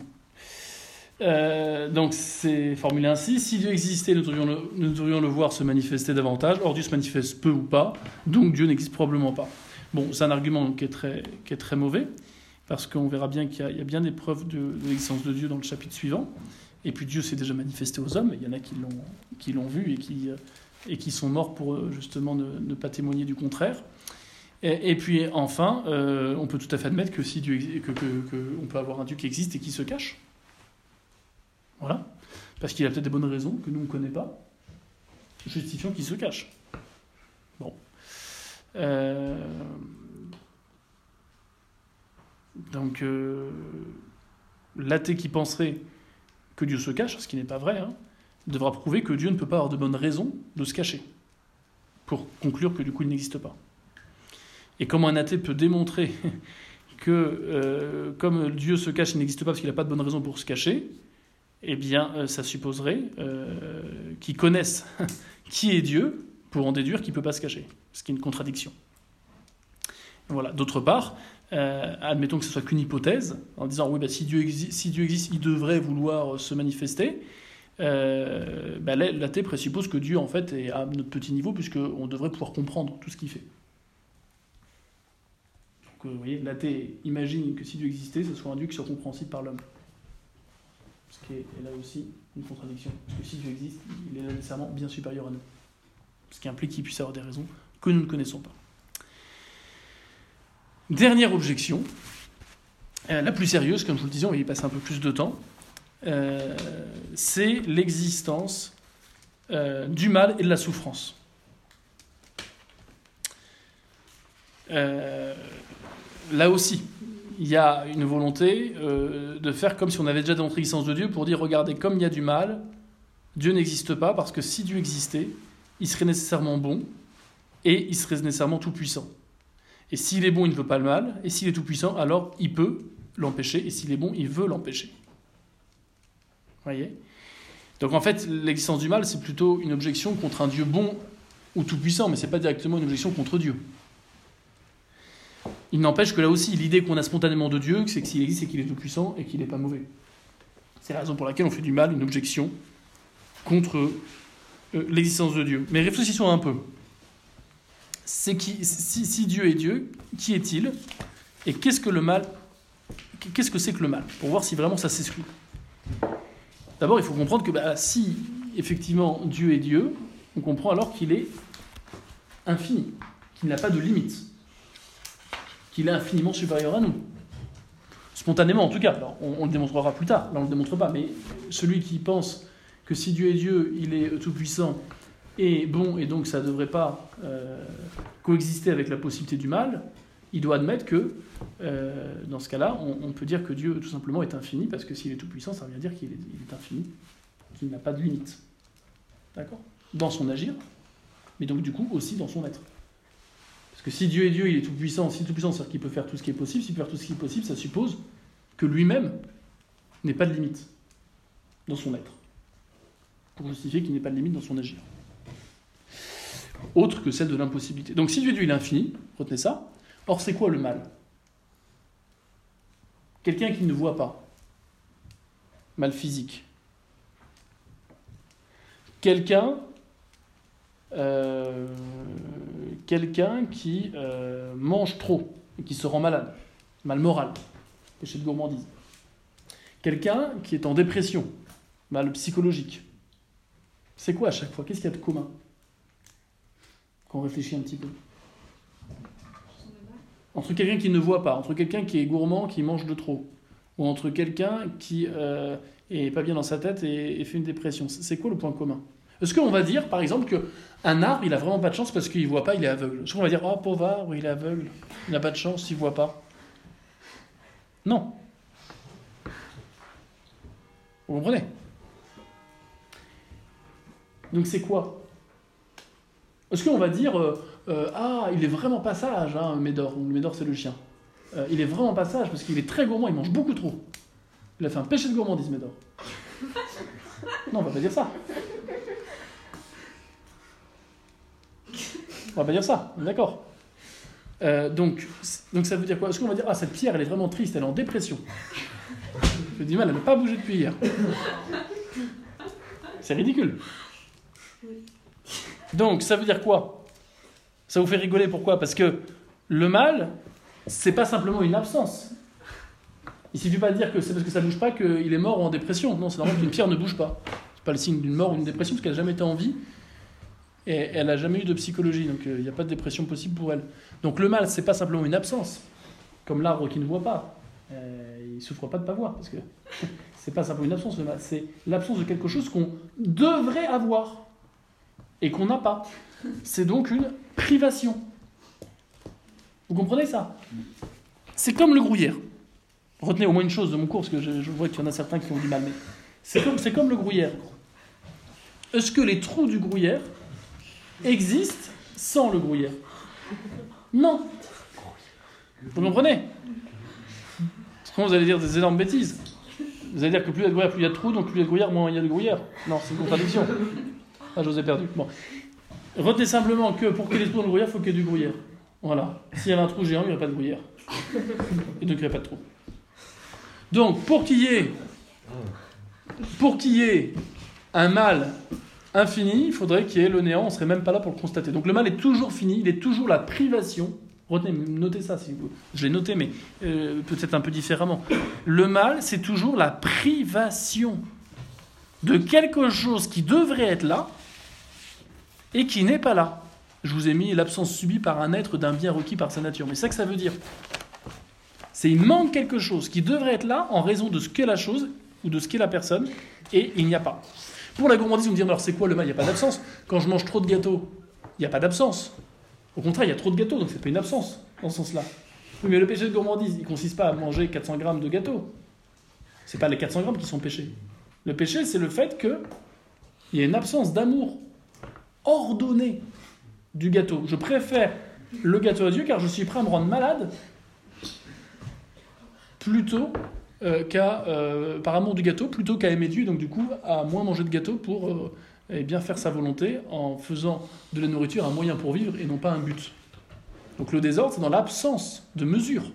Euh, donc c'est formulé ainsi: si Dieu existait, nous devrions, le, nous devrions le voir se manifester davantage. Or Dieu se manifeste peu ou pas, donc Dieu n'existe probablement pas. Bon, c'est un argument qui est très, qui est très mauvais, parce qu'on verra bien qu'il y a, il y a bien des preuves de, de l'existence de Dieu dans le chapitre suivant. Et puis Dieu s'est déjà manifesté aux hommes, il y en a qui l'ont, qui l'ont vu et qui, et qui sont morts pour justement ne, ne pas témoigner du contraire. Et, et puis enfin, euh, on peut tout à fait admettre que si Dieu, que, que, que on peut avoir un Dieu qui existe et qui se cache. Voilà. Parce qu'il a peut-être des bonnes raisons que nous on ne connaît pas, justifiant qu'il se cache. Bon. Euh... Donc, euh... l'athée qui penserait que Dieu se cache, ce qui n'est pas vrai, hein, devra prouver que Dieu ne peut pas avoir de bonnes raisons de se cacher, pour conclure que du coup il n'existe pas. Et comment un athée peut démontrer que euh, comme Dieu se cache, il n'existe pas parce qu'il n'a pas de bonnes raisons pour se cacher, eh bien euh, ça supposerait euh, qu'ils connaissent qui est Dieu pour en déduire qu'il ne peut pas se cacher, ce qui est une contradiction. Voilà. D'autre part, euh, admettons que ce soit qu'une hypothèse, en disant oui, bah, si, Dieu exi- si Dieu existe, il devrait vouloir se manifester. Euh, bah, l'athée présuppose que Dieu en fait est à notre petit niveau, puisqu'on devrait pouvoir comprendre tout ce qu'il fait. Donc vous voyez, l'athée imagine que si Dieu existait, ce soit un Dieu qui soit compréhensible par l'homme. Ce qui est, est là aussi une contradiction. Parce que si Dieu existe, il est nécessairement bien supérieur à nous. Ce qui implique qu'il puisse avoir des raisons que nous ne connaissons pas. Dernière objection, euh, la plus sérieuse, comme je vous le disais, on va y passer un peu plus de temps, euh, c'est l'existence euh, du mal et de la souffrance. euh, là aussi, il y a une volonté euh, de faire comme si on avait déjà démontré l'existence de Dieu pour dire, regardez, comme il y a du mal, Dieu n'existe pas, parce que si Dieu existait, il serait nécessairement bon, et il serait nécessairement tout-puissant. Et s'il est bon, il ne veut pas le mal, et s'il est tout-puissant, alors il peut l'empêcher, et s'il est bon, il veut l'empêcher. Vous voyez ? Donc en fait, l'existence du mal, c'est plutôt une objection contre un Dieu bon ou tout-puissant, mais ce n'est pas directement une objection contre Dieu. Il n'empêche que là aussi, l'idée qu'on a spontanément de Dieu, c'est que s'il existe, c'est qu'il est tout-puissant et qu'il n'est pas mauvais. C'est la raison pour laquelle on fait du mal, une objection contre euh, l'existence de Dieu. Mais réfléchissons un peu. C'est qui, si, si Dieu est Dieu, qui est-il ? Et qu'est-ce que le mal ? Qu'est-ce que c'est que le mal ? Pour voir si vraiment ça s'exclut. D'abord, il faut comprendre que bah, si effectivement Dieu est Dieu, on comprend alors qu'il est infini, qu'il n'a pas de limite, qu'il est infiniment supérieur à nous. Spontanément, en tout cas. Alors, on, on le démontrera plus tard. Là, on ne le démontre pas. Mais celui qui pense que si Dieu est Dieu, il est tout-puissant et bon, et donc ça ne devrait pas euh, coexister avec la possibilité du mal, il doit admettre que, euh, dans ce cas-là, on, on peut dire que Dieu, tout simplement, est infini, parce que s'il est tout-puissant, ça veut dire qu'il est, il est infini, qu'il n'a pas de limite. D'accord ? Dans son agir, mais donc, du coup, aussi dans son être. Parce que si Dieu est Dieu, il est tout-puissant. Si tout-puissant, c'est-à-dire qu'il peut faire tout ce qui est possible. S'il peut faire tout ce qui est possible, ça suppose que lui-même n'ait pas de limite dans son être. Pour justifier qu'il n'ait pas de limite dans son agir. Autre que celle de l'impossibilité. Donc si Dieu est Dieu, il est infini, retenez ça. Or, c'est quoi le mal ? Quelqu'un qui ne voit pas. Mal physique. Quelqu'un... Euh, quelqu'un qui euh, mange trop et qui se rend malade, mal moral, péché de gourmandise. Quelqu'un qui est en dépression, mal psychologique. C'est quoi à chaque fois ? Qu'est-ce qu'il y a de commun ? Quand on réfléchit un petit peu. Entre quelqu'un qui ne voit pas, entre quelqu'un qui est gourmand, qui mange de trop, ou entre quelqu'un qui euh, est pas bien dans sa tête et, et fait une dépression. C'est quoi le point commun ? Est-ce qu'on va dire, par exemple, qu'un arbre, il n'a vraiment pas de chance parce qu'il ne voit pas, il est aveugle ? Est-ce qu'on va dire, oh, pauvre arbre, il est aveugle, il n'a pas de chance, il ne voit pas ? Non. Vous comprenez ? Donc c'est quoi ? Est-ce qu'on va dire, euh, euh, ah, il est vraiment pas sage, hein, Médor, Médor c'est le chien. Euh, il est vraiment pas sage parce qu'il est très gourmand, il mange beaucoup trop. Il a fait un péché de gourmandise, Médor. Non, on va pas dire ça. On va pas dire ça, d'accord. Euh, donc, donc ça veut dire quoi ? Est-ce qu'on va dire, ah, cette pierre, elle est vraiment triste, elle est en dépression. J'ai du mal, elle n'a pas bougé depuis hier. C'est ridicule. Donc, ça veut dire quoi ? Ça vous fait rigoler, pourquoi ? Parce que le mal, c'est pas simplement une absence. Il suffit pas de dire que c'est parce que ça bouge pas qu'il est mort ou en dépression. Non, c'est normal qu'une pierre ne bouge pas. C'est pas le signe d'une mort ou d'une dépression, parce qu'elle n'a jamais été en vie. Et elle n'a jamais eu de psychologie, donc il euh, n'y a pas de dépression possible pour elle. Donc le mal, c'est pas simplement une absence, comme l'arbre qui ne voit pas. Euh, il ne souffre pas de ne pas voir, parce que c'est pas simplement une absence, le mal. C'est l'absence de quelque chose qu'on devrait avoir et qu'on n'a pas. C'est donc une privation. Vous comprenez ça ? C'est comme le gruyère. Retenez au moins une chose de mon cours, parce que je, je vois qu'il y en a certains qui ont du mal, mais c'est comme, c'est comme le gruyère. Est-ce que les trous du gruyère existe sans le gruyère ? Non. Vous comprenez ? Sinon vous allez dire des énormes bêtises. Vous allez dire que plus il y a de gruyère, plus il y a de trous, donc plus il y a de gruyère, moins il y a de gruyère. Non, c'est une contradiction. Ah, je vous ai perdu. Bon. Retenez simplement que pour qu'il y ait des trous dans le gruyère, il faut qu'il y ait du gruyère. Voilà. S'il y avait un trou géant, il n'y aurait pas de gruyère. Et donc il n'y aurait pas de trou. Donc, pour qu'il y ait, pour qu'il y ait un mal infini, il faudrait qu'il y ait le néant, on ne serait même pas là pour le constater. Donc le mal est toujours fini, il est toujours la privation. Retenez, notez ça, si vous... je l'ai noté, mais euh, peut-être un peu différemment. Le mal, c'est toujours la privation de quelque chose qui devrait être là et qui n'est pas là. Je vous ai mis l'absence subie par un être d'un bien requis par sa nature. Mais c'est ça que ça veut dire. C'est il manque quelque chose qui devrait être là en raison de ce qu'est la chose ou de ce qu'est la personne, et il n'y a pas. Pour la gourmandise, vous me direz, alors c'est quoi le mal ? Il n'y a pas d'absence. Quand je mange trop de gâteaux, il n'y a pas d'absence. Au contraire, il y a trop de gâteaux, donc c'est pas une absence. dans ce sens-là. Oui, mais le péché de gourmandise, il ne consiste pas à manger quatre cents grammes de gâteau. Ce n'est pas les quatre cents grammes qui sont péchés. Le péché, c'est le fait qu'il y a une absence d'amour ordonné du gâteau. Je préfère le gâteau à Dieu car je suis prêt à me rendre malade plutôt euh, qu'à, euh, par amour du gâteau, plutôt qu'à aimer Dieu, donc du coup à moins manger de gâteau pour euh, eh bien faire sa volonté en faisant de la nourriture un moyen pour vivre et non pas un but. Donc le désordre, c'est dans l'absence de mesure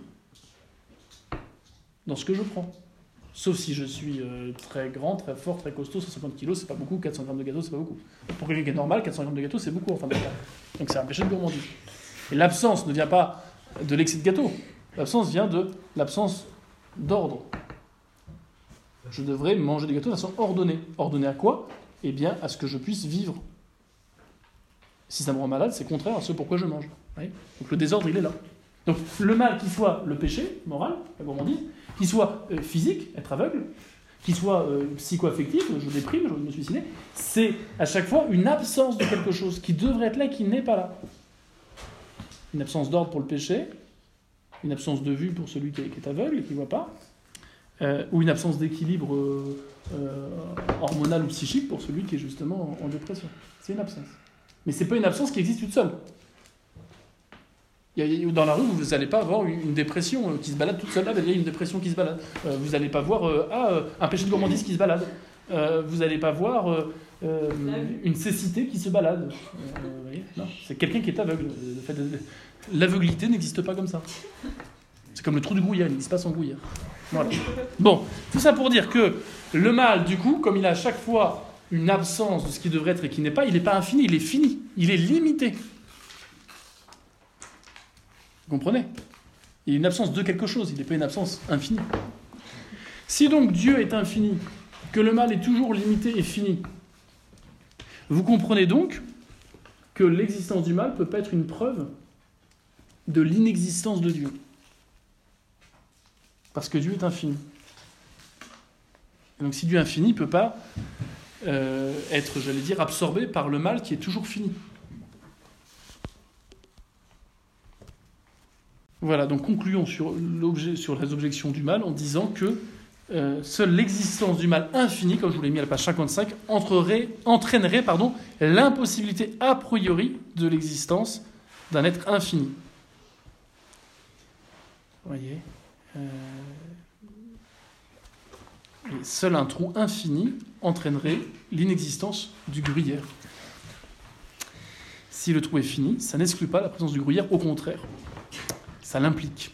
dans ce que je prends. Sauf si je suis euh, très grand, très fort, très costaud, cent cinquante kilos, c'est pas beaucoup, quatre cents grammes de gâteau, c'est pas beaucoup. Pour quelqu'un qui est normal, quatre cents grammes de gâteau, c'est beaucoup en fin de compte. Donc c'est un péché de gourmandise. Et l'absence ne vient pas de l'excès de gâteau. L'absence vient de l'absence d'ordre. Je devrais manger des gâteaux de façon ordonnée. Ordonnée à quoi ? Eh bien, à ce que je puisse vivre. Si ça me rend malade, c'est contraire à ce pourquoi je mange. Oui. Donc le désordre, il est là. Donc le mal, qu'il soit le péché moral, la gourmandise, qu'il soit euh, physique, être aveugle, qu'il soit euh, psycho-affectif, je déprime, je veux me suicider, c'est à chaque fois une absence de quelque chose qui devrait être là et qui n'est pas là. Une absence d'ordre pour le péché, une absence de vue pour celui qui est, qui est aveugle et qui ne voit pas, euh, ou une absence d'équilibre euh, euh, hormonal ou psychique pour celui qui est justement en, en dépression. C'est une absence. Mais ce n'est pas une absence qui existe toute seule. Dans la rue, vous n'allez pas avoir une dépression qui se balade toute seule. Là, il y a une dépression qui se balade. Euh, vous n'allez pas voir euh, ah, euh, un péché de gourmandise qui se balade. Euh, vous n'allez pas voir euh, euh, une cécité qui se balade. Euh, vous voyez, non, c'est quelqu'un qui est aveugle. Le fait de... L'aveuglité n'existe pas comme ça. C'est comme le trou du gruyère, il n'existe pas sans gruyère. Voilà. Bon, tout ça pour dire que le mal, du coup, comme il a à chaque fois une absence de ce qui devrait être et qui n'est pas, il n'est pas infini, il est fini, il est limité. Vous comprenez ? Il y a une absence de quelque chose, il n'est pas une absence infinie. Si donc Dieu est infini, que le mal est toujours limité et fini, vous comprenez donc que l'existence du mal ne peut pas être une preuve de l'inexistence de Dieu. Parce que Dieu est infini. Et donc si Dieu est infini, il ne peut pas euh, être, j'allais dire, absorbé par le mal qui est toujours fini. Voilà, donc concluons sur, l'objet, sur les objections du mal en disant que euh, seule l'existence du mal infini, comme je vous l'ai mis à la page cinquante-cinq, entrerait, entraînerait pardon, l'impossibilité a priori de l'existence d'un être infini. Vous voyez euh... Et seul un trou infini entraînerait l'inexistence du gruyère. Si le trou est fini, ça n'exclut pas la présence du gruyère, au contraire. Ça l'implique.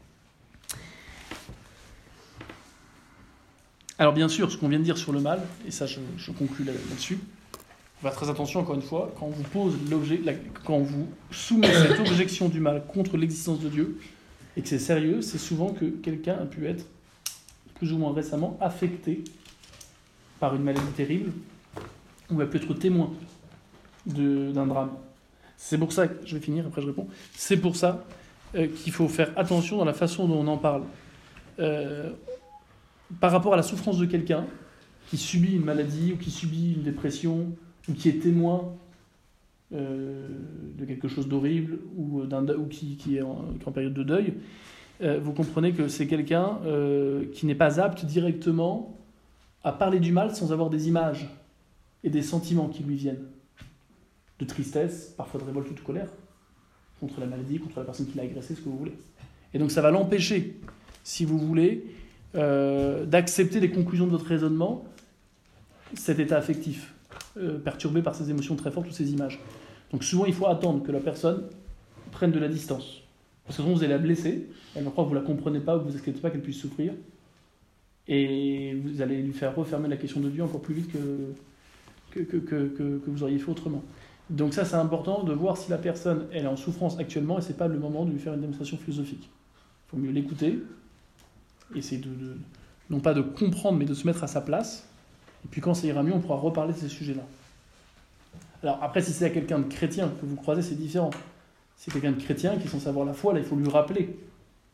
Alors bien sûr, ce qu'on vient de dire sur le mal, et ça je, je conclus là, là-dessus, on va faire très attention encore une fois, quand on vous pose l'objet, la, quand on vous soumet cette objection du mal contre l'existence de Dieu, et que c'est sérieux, c'est souvent que quelqu'un a pu être, plus ou moins récemment, affecté par une maladie terrible, ou a pu être témoin de, d'un drame. C'est pour ça, que, je vais finir, après je réponds, c'est pour ça euh, qu'il faut faire attention dans la façon dont on en parle. Euh, par rapport à la souffrance de quelqu'un qui subit une maladie, ou qui subit une dépression, ou qui est témoin euh, de quelque chose d'horrible, ou, d'un, ou qui, qui, est en, qui est en période de deuil, euh, vous comprenez que c'est quelqu'un euh, qui n'est pas apte directement à parler du mal sans avoir des images et des sentiments qui lui viennent. De tristesse, parfois de révolte ou de colère, contre la maladie, contre la personne qui l'a agressé, ce que vous voulez. Et donc ça va l'empêcher, si vous voulez, euh, d'accepter les conclusions de votre raisonnement, cet état affectif, euh, perturbé par ces émotions très fortes ou ces images. Donc souvent, il faut attendre que la personne prenne de la distance. Parce que sinon, vous allez la blesser, elle va croire que vous ne la comprenez pas ou que vous n'acceptez pas qu'elle puisse souffrir, et vous allez lui faire refermer la question de Dieu encore plus vite que, que, que, que, que, que vous auriez fait autrement. Donc ça, c'est important de voir si la personne elle est en souffrance actuellement et ce n'est pas le moment de lui faire une démonstration philosophique. Il faut mieux l'écouter, essayer de, de, non pas de comprendre, mais de se mettre à sa place. Et puis quand ça ira mieux, on pourra reparler de ces sujets-là. Alors après, si c'est à quelqu'un de chrétien que vous croisez, c'est différent. Si c'est quelqu'un de chrétien qui est censé avoir la foi, là, il faut lui rappeler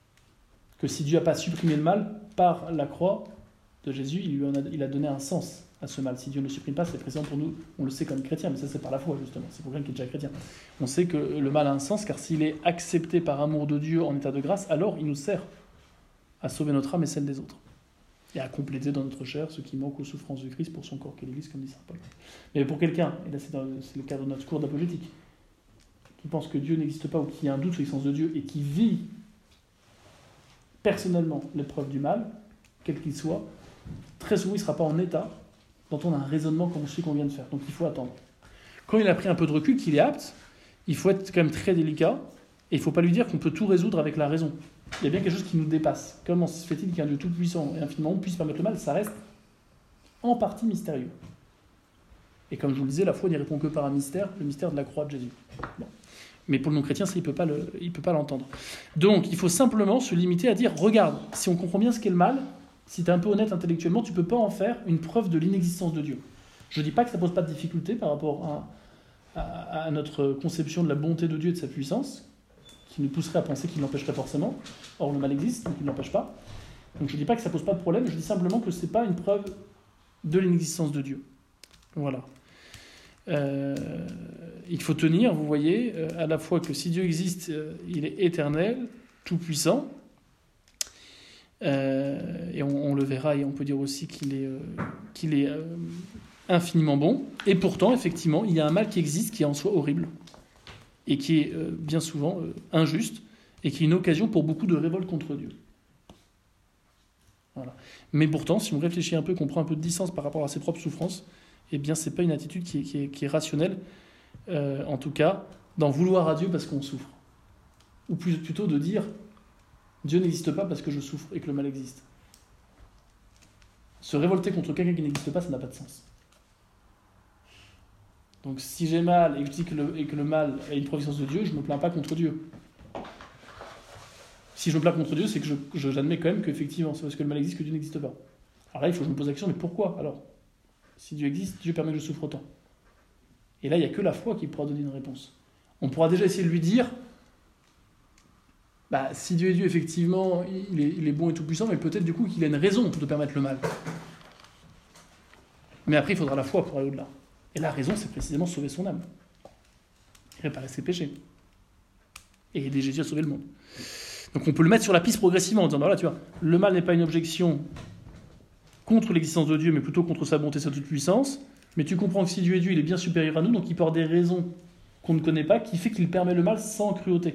que si Dieu n'a pas supprimé le mal par la croix de Jésus, il, lui en a, il a donné un sens à ce mal. Si Dieu ne le supprime pas, c'est présent pour nous, on le sait comme chrétien, mais ça c'est par la foi justement, c'est pour quelqu'un qui est déjà chrétien. On sait que le mal a un sens, car s'il est accepté par amour de Dieu en état de grâce, alors il nous sert à sauver notre âme et celle des autres, et à compléter dans notre chair ce qui manque aux souffrances du Christ pour son corps qu'est l'Église, comme dit saint Paul. Mais pour quelqu'un, et là c'est, dans, c'est le cadre de notre cours d'apologétique, qui pense que Dieu n'existe pas ou qui a un doute sur l'existence de Dieu et qui vit personnellement l'épreuve du mal, quel qu'il soit, très souvent il ne sera pas en état d'entendre un raisonnement comme celui qu'on vient de faire. Donc il faut attendre. Quand il a pris un peu de recul, qu'il est apte, il faut être quand même très délicat et il ne faut pas lui dire qu'on peut tout résoudre avec la raison. Il y a bien quelque chose qui nous dépasse. Comment se fait-il qu'un Dieu tout-puissant et infiniment bon puisse permettre le mal? Ça reste en partie mystérieux. Et comme je vous le disais, la foi n'y répond que par un mystère, le mystère de la croix de Jésus. Bon. Mais pour le non-chrétien, ça, il ne peut pas le, il peut pas l'entendre. Donc, il faut simplement se limiter à dire, regarde, si on comprend bien ce qu'est le mal, si tu es un peu honnête intellectuellement, tu ne peux pas en faire une preuve de l'inexistence de Dieu. Je ne dis pas que ça ne pose pas de difficulté par rapport à, à, à notre conception de la bonté de Dieu et de sa puissance, qui nous pousserait à penser qu'il l'empêcherait forcément. Or, le mal existe, donc il ne l'empêche pas. Donc, je ne dis pas que ça ne pose pas de problème, je dis simplement que ce n'est pas une preuve de l'inexistence de Dieu. Voilà. Euh, il faut tenir, vous voyez, euh, à la fois que si Dieu existe, euh, il est éternel, tout-puissant, euh, et on, on le verra, et on peut dire aussi qu'il est, euh, qu'il est euh, infiniment bon, et pourtant, effectivement, il y a un mal qui existe, qui est en soi horrible, et qui est euh, bien souvent euh, injuste, et qui est une occasion pour beaucoup de révolte contre Dieu. Voilà. Mais pourtant, si on réfléchit un peu, qu'on prend un peu de distance par rapport à ses propres souffrances, eh bien, ce n'est pas une attitude qui est, qui est, qui est rationnelle, euh, en tout cas, d'en vouloir à Dieu parce qu'on souffre. Ou plus, plutôt de dire, Dieu n'existe pas parce que je souffre et que le mal existe. Se révolter contre quelqu'un qui n'existe pas, ça n'a pas de sens. Donc, si j'ai mal et que je dis que le, et que le mal est une providence de Dieu, je ne me plains pas contre Dieu. Si je me plains contre Dieu, c'est que je, je, j'admets quand même qu'effectivement, c'est parce que le mal existe que Dieu n'existe pas. Alors là, il faut que je me pose la question, mais pourquoi alors ? Si Dieu existe, Dieu permet que je souffre autant. Et là, il n'y a que la foi qui pourra donner une réponse. On pourra déjà essayer de lui dire, bah, si Dieu est Dieu, effectivement, il est, il est bon et tout-puissant, mais peut-être du coup qu'il a une raison de permettre le mal. Mais après, il faudra la foi pour aller au-delà. Et la raison, c'est précisément sauver son âme. Et réparer ses péchés. Et aider Jésus à sauver le monde. Donc on peut le mettre sur la piste progressivement en disant, bah voilà, tu vois, le mal n'est pas une objection contre l'existence de Dieu, mais plutôt contre sa bonté, sa toute-puissance. Mais tu comprends que si Dieu est Dieu, il est bien supérieur à nous, donc il peut avoir des raisons qu'on ne connaît pas, qui fait qu'il permet le mal sans cruauté.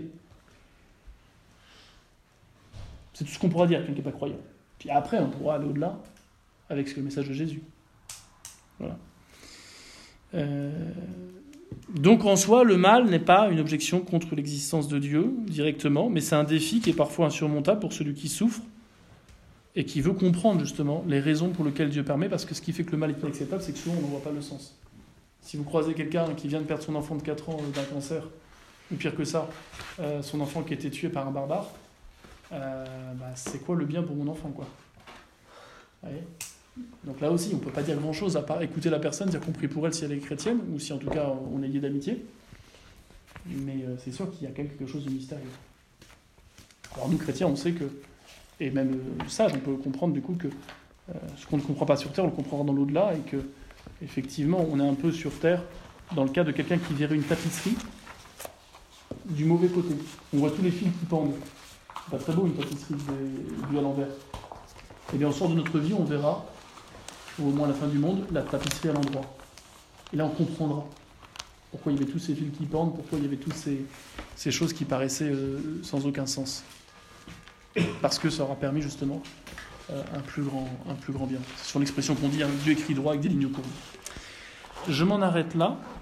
C'est tout ce qu'on pourra dire, quelqu'un qui n'est pas croyant. Puis après, on pourra aller au-delà avec le message de Jésus. Voilà. Euh... Donc en soi, le mal n'est pas une objection contre l'existence de Dieu, directement, mais c'est un défi qui est parfois insurmontable pour celui qui souffre, et qui veut comprendre justement les raisons pour lesquelles Dieu permet, parce que ce qui fait que le mal est inacceptable, c'est que souvent on n'en voit pas le sens. Si vous croisez quelqu'un qui vient de perdre son enfant de quatre ans d'un cancer, ou pire que ça, euh, son enfant qui a été tué par un barbare, euh, bah, c'est quoi le bien pour mon enfant, quoi. Vous voyez ? Donc là aussi, on ne peut pas dire grand-chose à part écouter la personne, dire qu'on prie pour elle si elle est chrétienne, ou si en tout cas on est lié d'amitié. Mais euh, c'est sûr qu'il y a quelque chose de mystérieux. Alors nous, chrétiens, on sait que, et même euh, sage, on peut comprendre du coup que euh, ce qu'on ne comprend pas sur Terre, on le comprendra dans l'au-delà, et que effectivement, on est un peu sur Terre dans le cas de quelqu'un qui verrait une tapisserie du mauvais côté. On voit tous les fils qui pendent. C'est pas très beau une tapisserie vue à l'envers. Et bien, au sort de notre vie, on verra, ou au moins à la fin du monde, la tapisserie à l'endroit. Et là, on comprendra pourquoi il y avait tous ces fils qui pendent, pourquoi il y avait toutes ces, ces choses qui paraissaient euh, sans aucun sens. Parce que ça aura permis justement euh, un, plus grand, un plus grand bien. C'est sur l'expression qu'on dit, hein, Dieu écrit droit avec des lignes courbes. Je m'en arrête là.